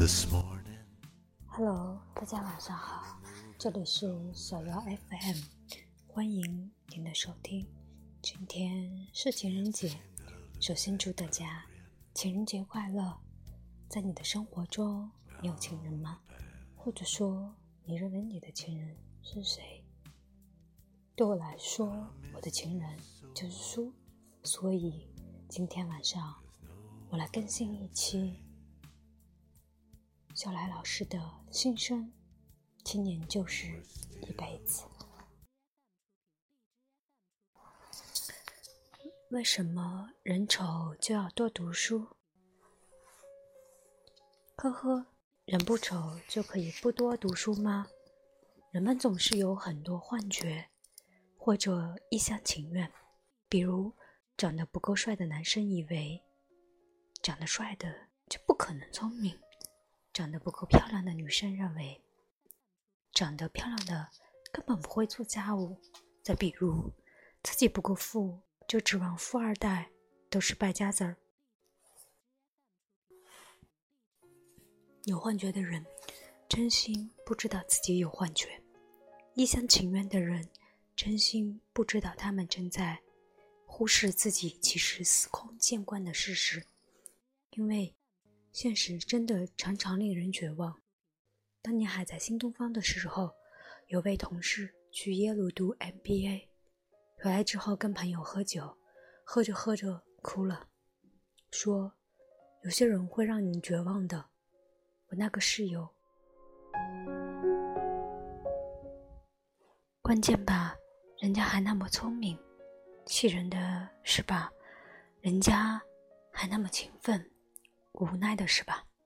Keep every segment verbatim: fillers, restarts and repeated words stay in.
this morning. Hello， 大家晚上好，这里是小妖 F M， 欢迎您的收听。今天是情人节，首先祝大家情人节快乐。在你的生活中，你有情人吗？或者说，你认为你的情人是谁？对我来说，我的情人就是书，所以今天晚上我来更新一期小来老师的心声，青年就是一辈子。为什么人丑就要多读书？呵呵，人不丑就可以不多读书吗？人们总是有很多幻觉，或者一厢情愿。比如，长得不够帅的男生以为，长得帅的就不可能聪明。长得不够漂亮的女生认为，长得漂亮的根本不会做家务。再比如，自己不够富，就指望富二代，都是败家子儿。有幻觉的人，真心不知道自己有幻觉；一厢情愿的人，真心不知道他们正在忽视自己其实司空见惯的事实。因为现实真的常常令人绝望。当年还在新东方的时候，有位同事去耶鲁读 M B A， 回来之后跟朋友喝酒，喝着喝着哭了，说有些人会让你绝望的。我那个室友，关键吧，人家还那么聪明，气人的是吧，人家还那么勤奋，无奈的是吧，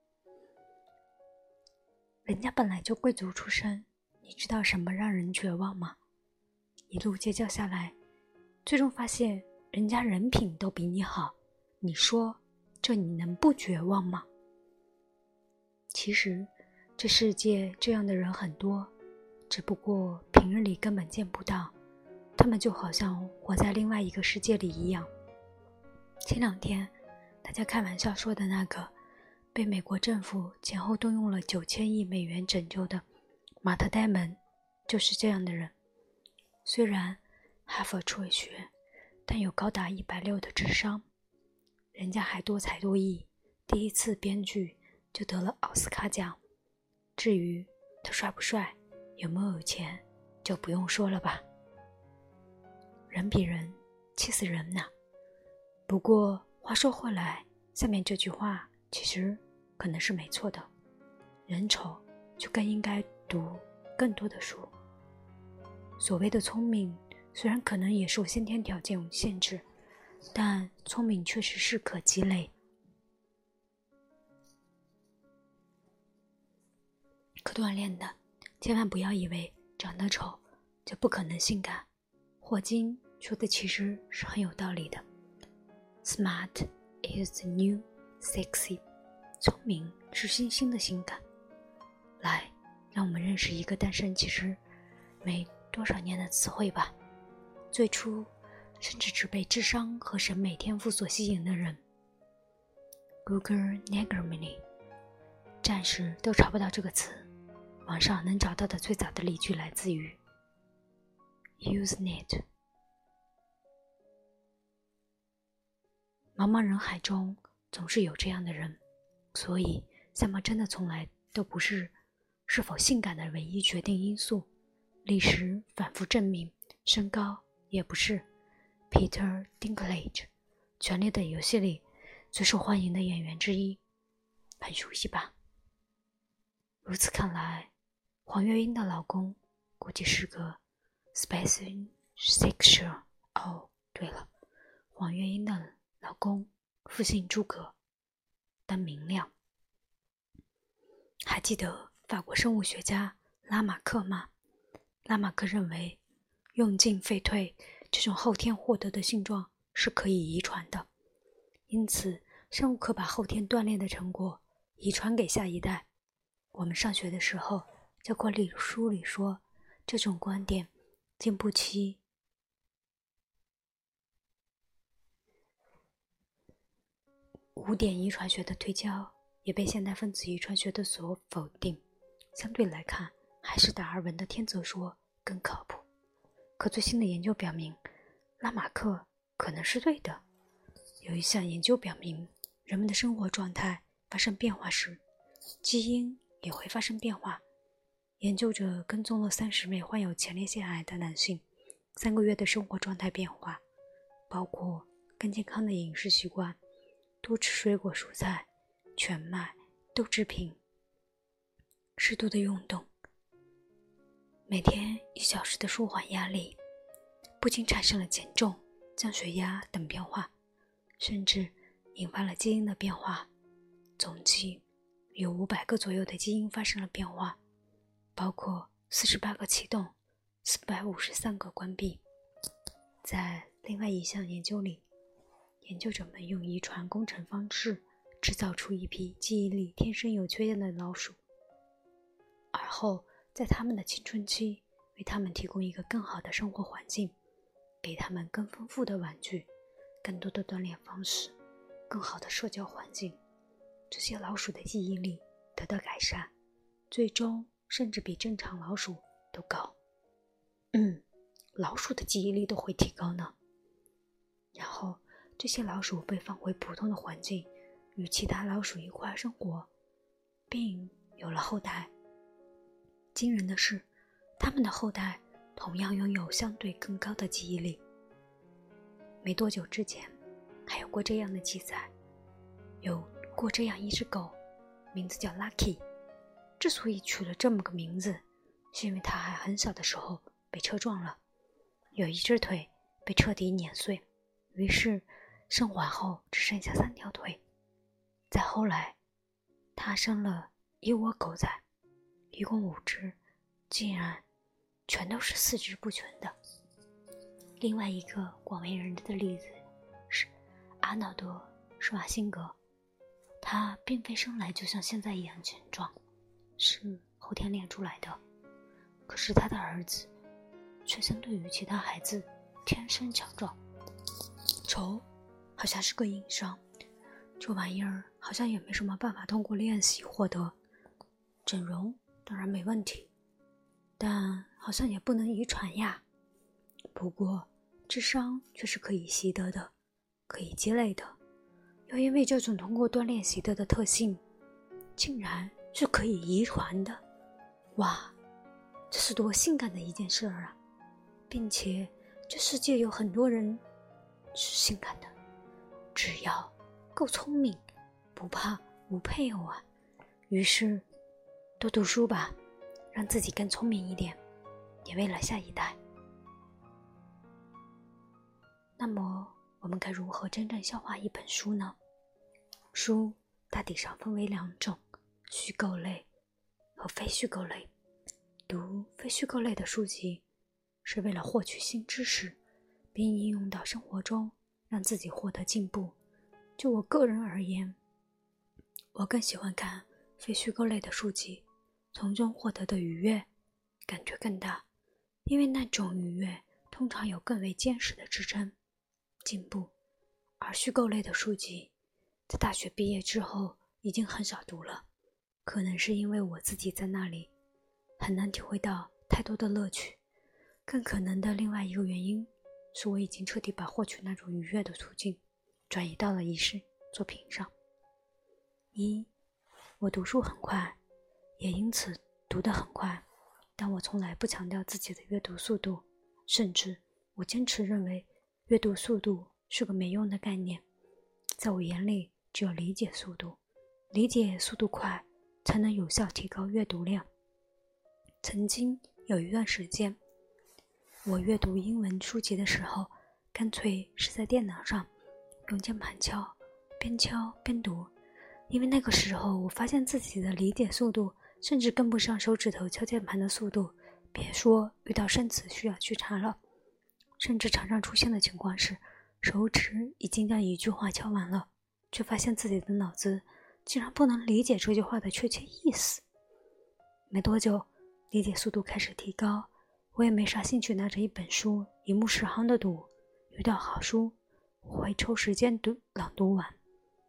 人家本来就贵族出身，你知道什么让人绝望吗？一路结交下来，最终发现人家人品都比你好，你说这你能不绝望吗？其实这世界这样的人很多，只不过平日里根本见不到，他们就好像活在另外一个世界里一样。前两天大家开玩笑说的那个被美国政府前后动用了九千亿美元拯救的马特戴蒙，就是这样的人。虽然哈佛辍学，但有高达一百六的智商，人家还多才多艺，第一次编剧就得了奥斯卡奖。至于他帅不帅，有没有钱，就不用说了吧。人比人气死人呐。不过话说回来，下面这句话其实可能是没错的，人丑就更应该读更多的书。所谓的聪明，虽然可能也受先天条件限制，但聪明确实是可积累、可锻炼的。千万不要以为长得丑就不可能性感。霍金说的其实是很有道理的。Smart is the new sexy， 聪明是新兴的性感。来，让我们认识一个诞生其实没多少年的词汇吧。最初甚至只被智商和审美天赋所吸引的人， Google Negermany 暂时都找不到这个词，网上能找到的最早的例句来自于 Usenet。 茫茫人海中总是有这样的人，所以相貌真的从来都不是是否性感的唯一决定因素。历史反复证明，身高也不是。 Peter Dinklage 权力的游戏里最受欢迎的演员之一，很熟悉吧？如此看来，黄月英的老公估计是个 Spacesexual。 哦，对了，黄月英的老公父姓诸葛，但明亮。还记得法国生物学家拉马克吗？拉马克认为用进废退这种后天获得的性状是可以遗传的，因此生物可把后天锻炼的成果遗传给下一代。我们上学的时候教过历书里说，这种观点经不起古典遗传学的推敲， 也被现代分子遗传学的所否定。相对来看，还是达尔文的天择说更靠谱。可最新的研究表明，拉马克可能是对的。有一项研究表明，人们的生活状态发生变化时，基因也会发生变化。研究者跟踪了三十名患有前列腺癌的男性，三个月的生活状态变化，包括更健康的饮食习惯，多吃水果蔬菜、全麦、豆制品，适度的运动，每天一小时的舒缓压力，不仅产生了减重、降血压等变化，甚至引发了基因的变化。总计有五百个左右的基因发生了变化，包括四十八个启动，四百五十三个关闭。在另外一项研究里，研究者们用遗传工程方式制造出一批记忆力天生有缺陷的老鼠，而后在他们的青春期为他们提供一个更好的生活环境，给他们更丰富的玩具，更多的锻炼方式，更好的社交环境。这些老鼠的记忆力得到改善，最终甚至比正常老鼠都高。嗯，老鼠的记忆力都会提高呢。然后这些老鼠被放回普通的环境，与其他老鼠一块生活，并有了后代。惊人的是，他们的后代同样拥有相对更高的记忆力。没多久之前，还有过这样的记载，有过这样一只狗，名字叫 Lucky。 之所以取了这么个名字，是因为它还很小的时候被车撞了，有一只腿被彻底碾碎，于是生还后只剩下三条腿。再后来，它生了一窝狗仔，一共五只，竟然全都是四肢不全的。另外一个广为人知的例子是阿诺德·施瓦辛格，他并非生来就像现在一样强壮，是后天练出来的。可是他的儿子却相对于其他孩子天生强壮。丑好像是个硬伤，这玩意儿好像也没什么办法通过练习获得。整容当然没问题，但好像也不能遗传呀。不过智商却是可以习得的，可以积累的。又因为这种通过锻炼习得的特性，竟然是可以遗传的。哇，这是多性感的一件事儿啊！并且这世界有很多人是性感的，只要够聪明，不怕无配偶啊。于是多读书吧，让自己更聪明一点，也为了下一代。那么我们该如何真正消化一本书呢？书大体上分为两种，虚构类和非虚构类。读非虚构类的书籍是为了获取新知识，并应用到生活中，让自己获得进步。就我个人而言，我更喜欢看非虚构类的书籍，从中获得的愉悦感觉更大，因为那种愉悦通常有更为坚实的支撑进步。而虚构类的书籍在大学毕业之后已经很少读了，可能是因为我自己在那里很难体会到太多的乐趣，更可能的另外一个原因是我已经彻底把获取那种愉悦的途径转移到了仪式作品上。一，我读书很快，也因此读得很快，但我从来不强调自己的阅读速度，甚至我坚持认为阅读速度是个没用的概念。在我眼里，只有理解速度，理解速度快才能有效提高阅读量。曾经有一段时间，我阅读英文书籍的时候，干脆是在电脑上用键盘敲，边敲边读，因为那个时候我发现自己的理解速度甚至跟不上手指头敲键盘的速度，别说遇到生词需要去查了，甚至常常出现的情况是，手指已经将一句话敲完了，却发现自己的脑子竟然不能理解这句话的确切意思。没多久，理解速度开始提高，我也没啥兴趣拿着一本书一目十行的读，遇到好书我会抽时间读朗读完。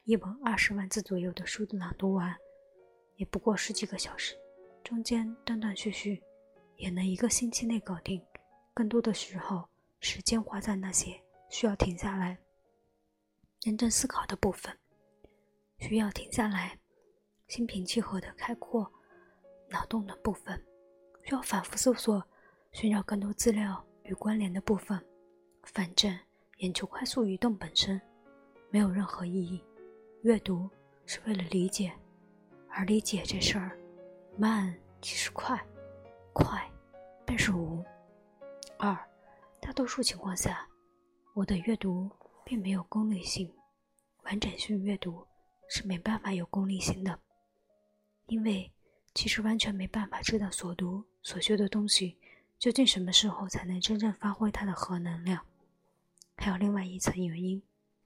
一本二十万字左右的书的朗读完，也不过十几个小时，中间断断续续，也能一个星期内搞定。更多的时候，时间花在那些需要停下来认真思考的部分，需要停下来心平气和的开阔脑洞的部分，需要反复搜索寻找更多资料与关联的部分。反正眼球快速移动本身没有任何意义，阅读是为了理解，而理解这事儿慢即是快，快便是无。二，大多数情况下，我的阅读并没有功利性，完整性阅读是没办法有功利性的，因为其实完全没办法知道所读所学的东西究竟什么时候才能真正发挥它的核能量。还有另外一层原因，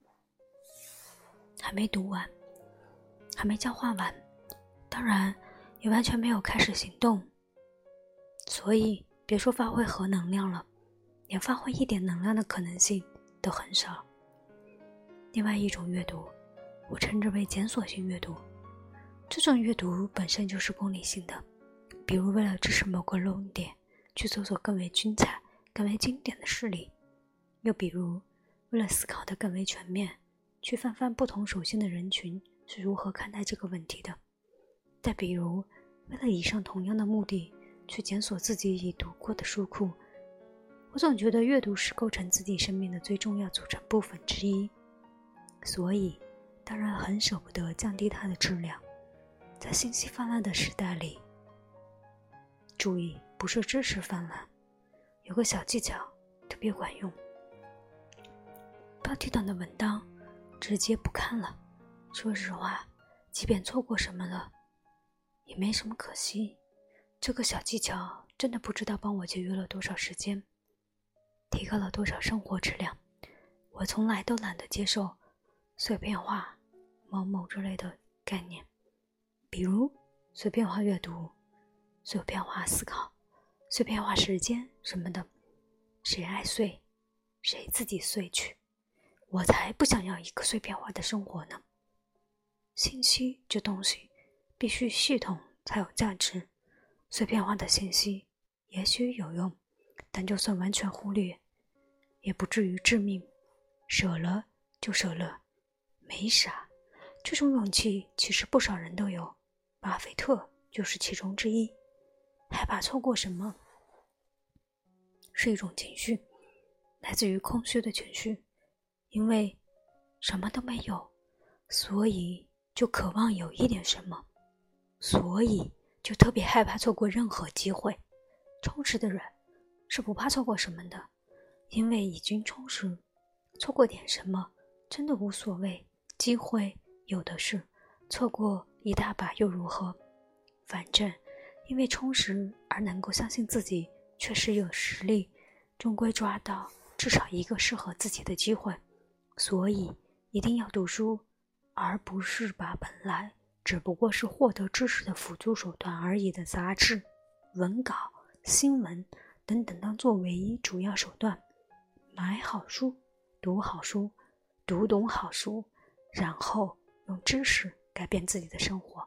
还没读完，还没消化完，当然也完全没有开始行动，所以别说发挥核能量了，连发挥一点能量的可能性都很少。另外一种阅读，我称之为检索性阅读，这种阅读本身就是功利性的，比如为了支持某个论点去搜索更为精彩更为经典的事例，又比如为了思考得更为全面去翻翻不同属性的人群是如何看待这个问题的，再比如为了以上同样的目的去检索自己已读过的书库。我总觉得阅读是构成自己生命的最重要组成部分之一，所以当然很舍不得降低它的质量。在信息泛滥的时代里，注意不是知识泛滥，有个小技巧特别管用，标题党的文档直接不看了。说实话，即便错过什么了也没什么可惜，这个小技巧真的不知道帮我节约了多少时间，提高了多少生活质量。我从来都懒得接受碎片化某某之类的概念，比如碎片化阅读、碎片化思考、碎片化时间什么的，谁爱碎谁自己碎去，我才不想要一个碎片化的生活呢。信息这东西必须系统才有价值，碎片化的信息也许有用，但就算完全忽略也不至于致命，舍了就舍了，没啥。这种勇气其实不少人都有，巴菲特就是其中之一。害怕错过什么是一种情绪，来自于空虚的情绪，因为什么都没有，所以就渴望有一点什么，所以就特别害怕错过任何机会。充实的人是不怕错过什么的，因为已经充实，错过点什么真的无所谓，机会有的是，错过一大把又如何？反正因为充实而能够相信自己确实有实力，终归抓到至少一个适合自己的机会，所以一定要读书，而不是把本来只不过是获得知识的辅助手段而已的杂志、文稿、新闻等等当作唯一主要手段。买好书，读好书，读懂好书，然后用知识改变自己的生活。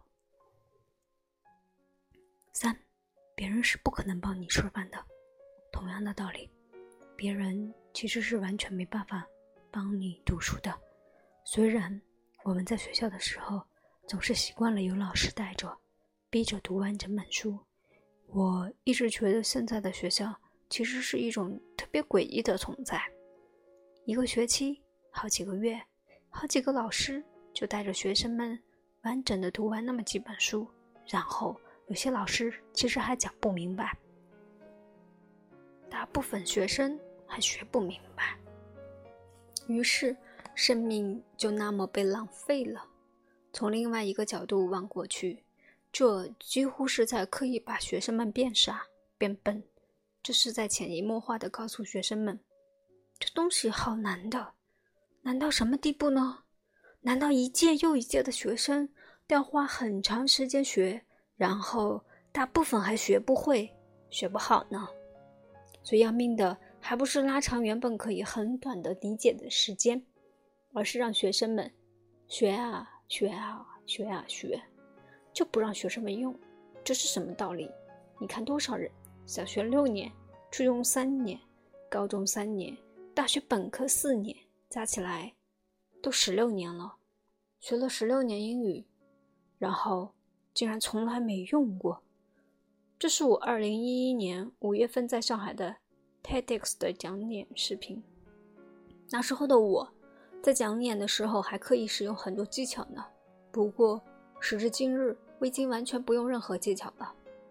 三，别人是不可能帮你吃饭的。同样的道理，别人其实是完全没办法帮你读书的。虽然我们在学校的时候总是习惯了有老师带着，逼着读完整本书，我一直觉得现在的学校其实是一种特别诡异的存在。一个学期，好几个月，好几个老师就带着学生们完整的读完那么几本书，然后有些老师其实还讲不明白，大部分学生还学不明白，于是生命就那么被浪费了。从另外一个角度望过去，这几乎是在刻意把学生们变傻变笨，这是在潜移默化地告诉学生们，这东西好难的。难到什么地步呢？难道一届又一届的学生都要花很长时间学，然后大部分还学不会学不好呢？最要命的还不是拉长原本可以很短的理解的时间，而是让学生们学啊学啊学啊学，就不让学生们用，这是什么道理？你看多少人，小学六年，初中三年，高中三年，大学本科四年，加起来都十六年了，学了十六年英语，然后竟然从来没用过。这是我二零一一年五月份在上海的 TEDx 的讲演视频。那时候的我在讲演的时候还可以使用很多技巧呢，不过时至今日我已经完全不用任何技巧了。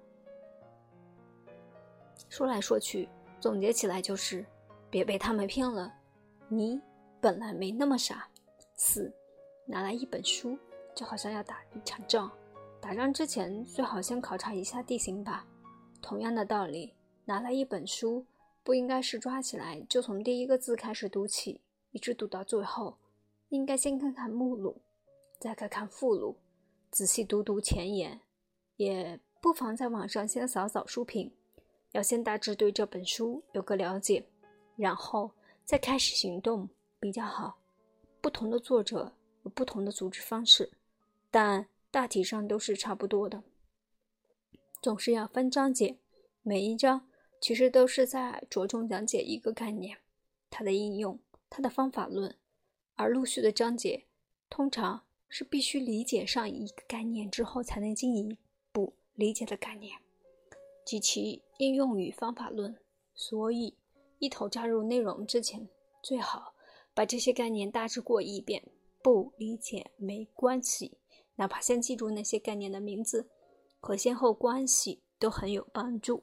说来说去，总结起来就是别被他们骗了，你本来没那么傻。四，拿来一本书就好像要打一场仗，打仗之前最好先考察一下地形吧。同样的道理，拿来一本书不应该是抓起来就从第一个字开始读起，一直读到最后，应该先看看目录，再看看附录，仔细读读前言，也不妨在网上先扫扫书评，要先大致对这本书有个了解，然后再开始行动比较好。不同的作者有不同的组织方式，但大体上都是差不多的。总是要分章节，每一章其实都是在着重讲解一个概念，它的应用，它的方法论，而陆续的章节通常是必须理解上一个概念之后才能进一步理解的概念及其应用与方法论。所以一头加入内容之前，最好把这些概念大致过一遍，不理解没关系，哪怕先记住那些概念的名字和先后关系都很有帮助。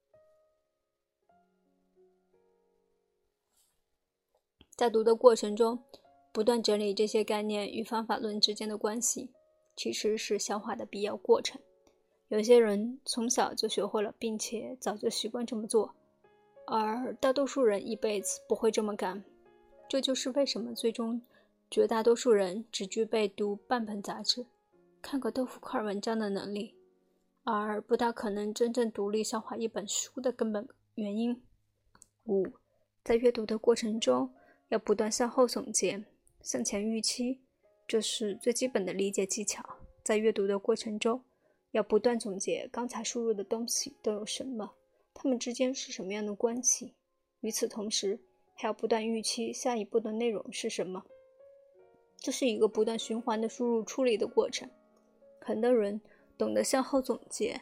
在读的过程中，不断整理这些概念与方法论之间的关系，其实是消化的必要过程。有些人从小就学会了，并且早就习惯这么做，而大多数人一辈子不会这么干。这就是为什么最终绝大多数人只具备读半本杂志、看个豆腐块文章的能力，而不大可能真正独立消化一本书的根本原因。五，在阅读的过程中要不断向后总结，向前预期，这是最基本的理解技巧。在阅读的过程中要不断总结刚才输入的东西都有什么，它们之间是什么样的关系。与此同时，还要不断预期下一步的内容是什么。这是一个不断循环的输入处理的过程。很多人懂得向后总结，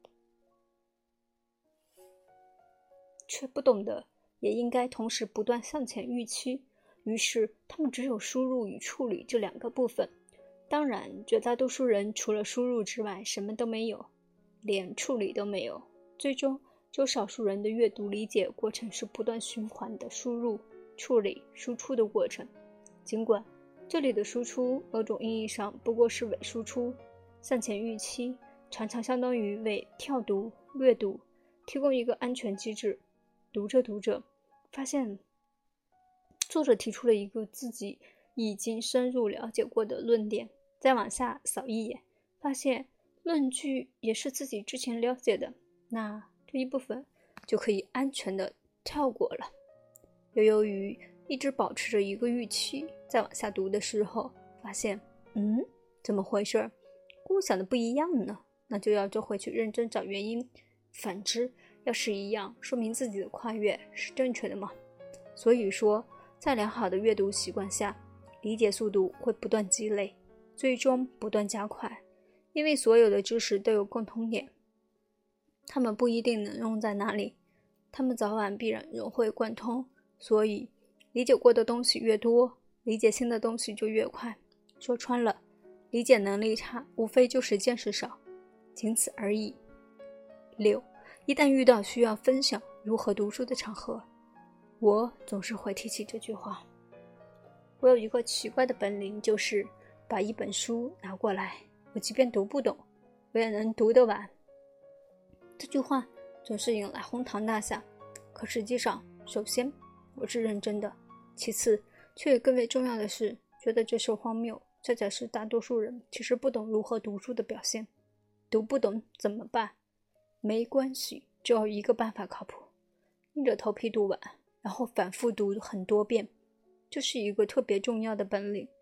却不懂得也应该同时不断向前预期，于是他们只有输入与处理这两个部分。当然，绝大多数人除了输入之外什么都没有，连处理都没有。最终只有少数人的阅读理解过程是不断循环的输入、处理、输出的过程。尽管这里的输出某种意义上不过是伪输出，向前预期常常相当于为跳读、略读提供一个安全机制。读着读着，发现作者提出了一个自己已经深入了解过的论点，再往下扫一眼，发现论据也是自己之前了解的，那这一部分就可以安全的跳过了。又由于一直保持着一个预期，再往下读的时候发现，嗯，怎么回事？跟我想的不一样呢？那就要就回去认真找原因。反之，要是一样，说明自己的跨越是正确的嘛。所以说，在良好的阅读习惯下，理解速度会不断积累，最终不断加快。因为所有的知识都有共同点，它们不一定能用在哪里，它们早晚必然融会贯通。所以理解过的东西越多，理解新的东西就越快。说穿了，理解能力差无非就是见识少，仅此而已。六，一旦遇到需要分享如何读书的场合，我总是会提起这句话。我有一个奇怪的本领，就是把一本书拿过来，我即便读不懂，我也能读得完。这句话总是引来哄堂大笑，可实际上，首先我是认真的，其次却更为重要的是觉得这是荒谬，这才是大多数人其实不懂如何读书的表现。读不懂怎么办？没关系，只有一个办法靠谱，硬着头皮读完，然后反复读很多遍，这是一个特别重要的本领。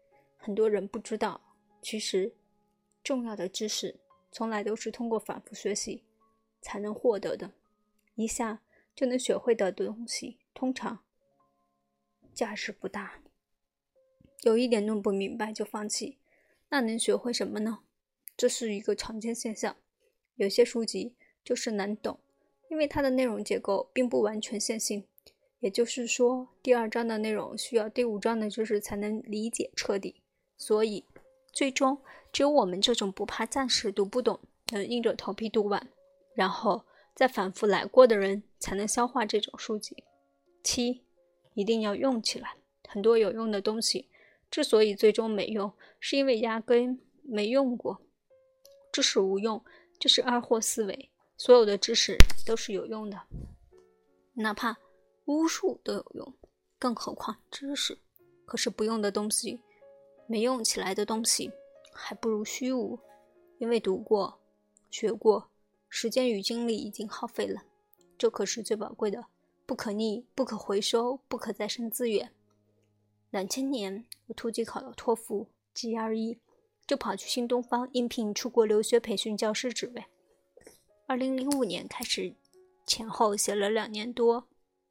很多人不知道，其实重要的知识从来都是通过反复学习才能获得的。一下就能学会的东西，通常价值不大。有一点弄不明白就放弃，那能学会什么呢？这是一个常见现象。有些书籍就是难懂，因为它的内容结构并不完全线性，也就是说，第二章的内容需要第五章的知识才能理解彻底。所以，最终只有我们这种不怕暂时读不懂，能硬着头皮读完，然后再反复来过的人，才能消化这种书籍。七，一定要用起来。很多有用的东西之所以最终没用，是因为压根没用过。知识无用就是二货思维，所有的知识都是有用的，哪怕巫术都有用，更何况知识。可是不用的东西，没用起来的东西，还不如虚无，因为读过学过，时间与精力已经耗费了，这可是最宝贵的，不可逆、不可回收、不可再生资源。两千年我突击考了托福 G R E， 就跑去新东方应聘出国留学培训教师职位。二零零五年开始，前后写了两年多，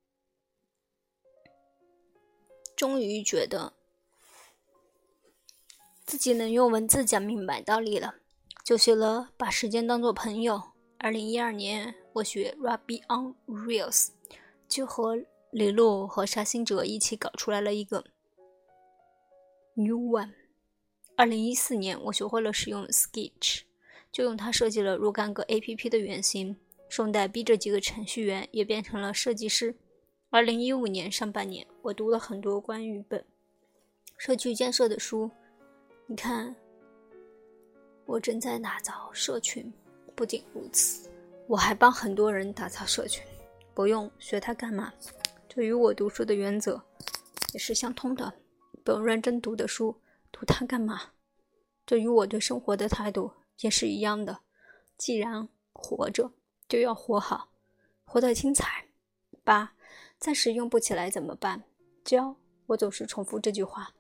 终于觉得自己能用文字讲明白道理了，就写了把时间当作朋友。二零一二年我学 Ruby on Rails， 就和李璐和沙星哲一起搞出来了一个 New One。 二零一四年我学会了使用 Sketch， 就用它设计了若干个 A P P 的原型，顺带逼着几个程序员也变成了设计师。二零一五年上半年我读了很多关于本社区建设的书，你看我正在打造社群。不仅如此，我还帮很多人打造社群，不用学它干嘛？这与我读书的原则也是相通的，不用认真读的书，读它干嘛？这与我对生活的态度也是一样的，既然活着就要活好，活得精彩。八，暂时用不起来怎么办？教，我总是重复这句话，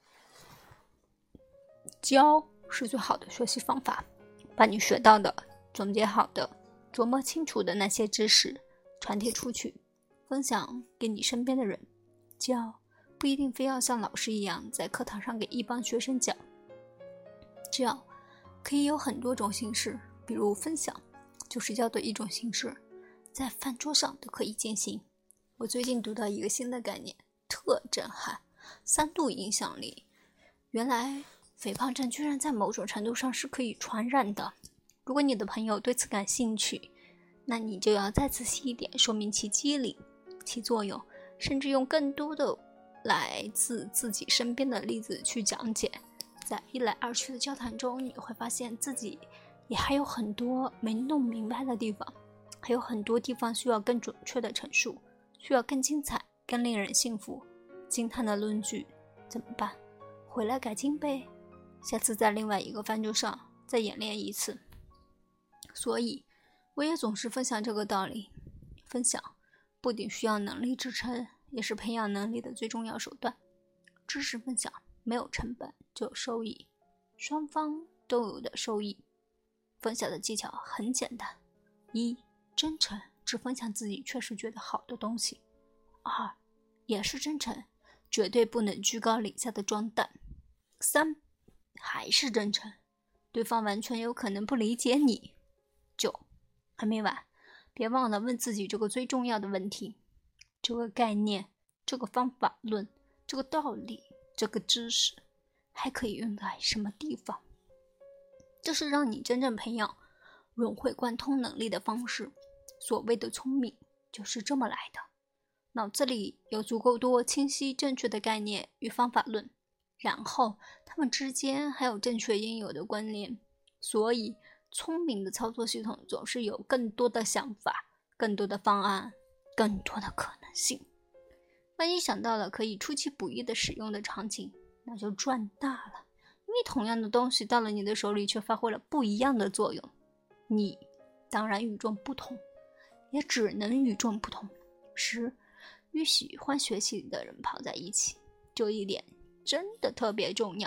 教是最好的学习方法，把你学到的、总结好的、琢磨清楚的那些知识传递出去，分享给你身边的人。教不一定非要像老师一样在课堂上给一帮学生讲，教可以有很多种形式，比如分享就是教的一种形式，在饭桌上都可以进行。我最近读到一个新的概念，特震撼，三度影响力。原来肥胖症居然在某种程度上是可以传染的。如果你的朋友对此感兴趣，那你就要再仔细一点说明其机理、其作用，甚至用更多的来自自己身边的例子去讲解。在一来二去的交谈中，你会发现自己也还有很多没弄明白的地方，还有很多地方需要更准确的陈述，需要更精彩、更令人信服、惊叹的论据。怎么办？回来改进呗，下次在另外一个饭桌上再演练一次。所以我也总是分享这个道理，分享不仅需要能力支撑，也是培养能力的最重要手段。知识分享没有成本就有收益，双方都有的收益。分享的技巧很简单：一、真诚，只分享自己确实觉得好的东西；二、也是真诚，绝对不能居高临下的装蛋；三、还是真诚，对方完全有可能不理解你。九，还没完，别忘了问自己这个最重要的问题：这个概念、这个方法论、这个道理、这个知识还可以用在什么地方？这是让你真正培养融会贯通能力的方式。所谓的聪明就是这么来的，脑子里有足够多清晰正确的概念与方法论，然后它们之间还有正确应有的关联。所以聪明的操作系统总是有更多的想法、更多的方案、更多的可能性。万一想到了可以出其不意的使用的场景，那就赚大了。因为同样的东西到了你的手里却发挥了不一样的作用，你当然与众不同，也只能与众不同。十，与喜欢学习的人泡在一起，这一点真的特别重要，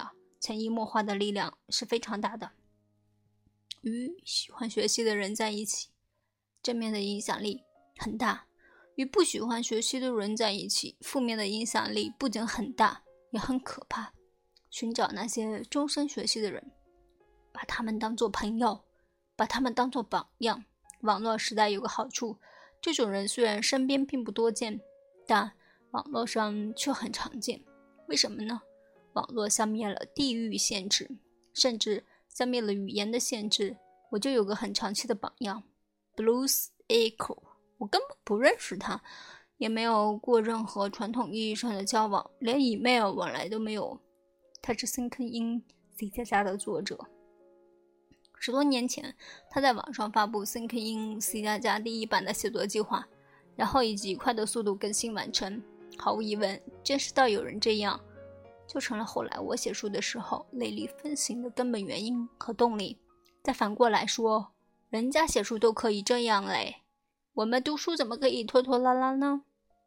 潜移默化的力量是非常大的。与喜欢学习的人在一起，正面的影响力很大；与不喜欢学习的人在一起，负面的影响力不仅很大，也很可怕。寻找那些终身学习的人，把他们当作朋友，把他们当作榜样。网络时代有个好处，这种人虽然身边并不多见，但网络上却很常见。为什么呢？网络消灭了地域限制，甚至消灭了语言的限制。我就有个很长期的榜样 Blues Echo， 我根本不认识他，也没有过任何传统意义上的交往，连 email 往来都没有。他是 Thinking in C 加加的作者。十多年前，他在网上发布 Thinking in C 加加第一版的写作计划，然后以极快的速度更新完成。毫无疑问，见识到有人这样，就成了后来我写书的时候泪力分行的根本原因和动力。再反过来说，人家写书都可以这样嘞，我们读书怎么可以拖拖拉拉呢？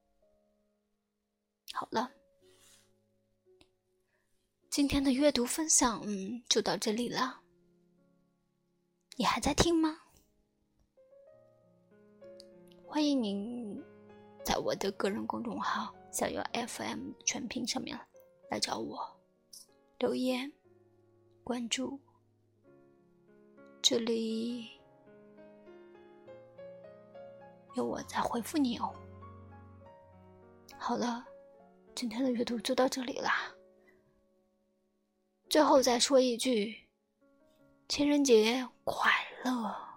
好了，今天的阅读分享嗯，就到这里了。你还在听吗？欢迎您在我的个人公众号小妖 F M 全屏上面来找我留言关注，这里有我在回复你哦。好了，今天的阅读就到这里啦。最后再说一句，情人节快乐。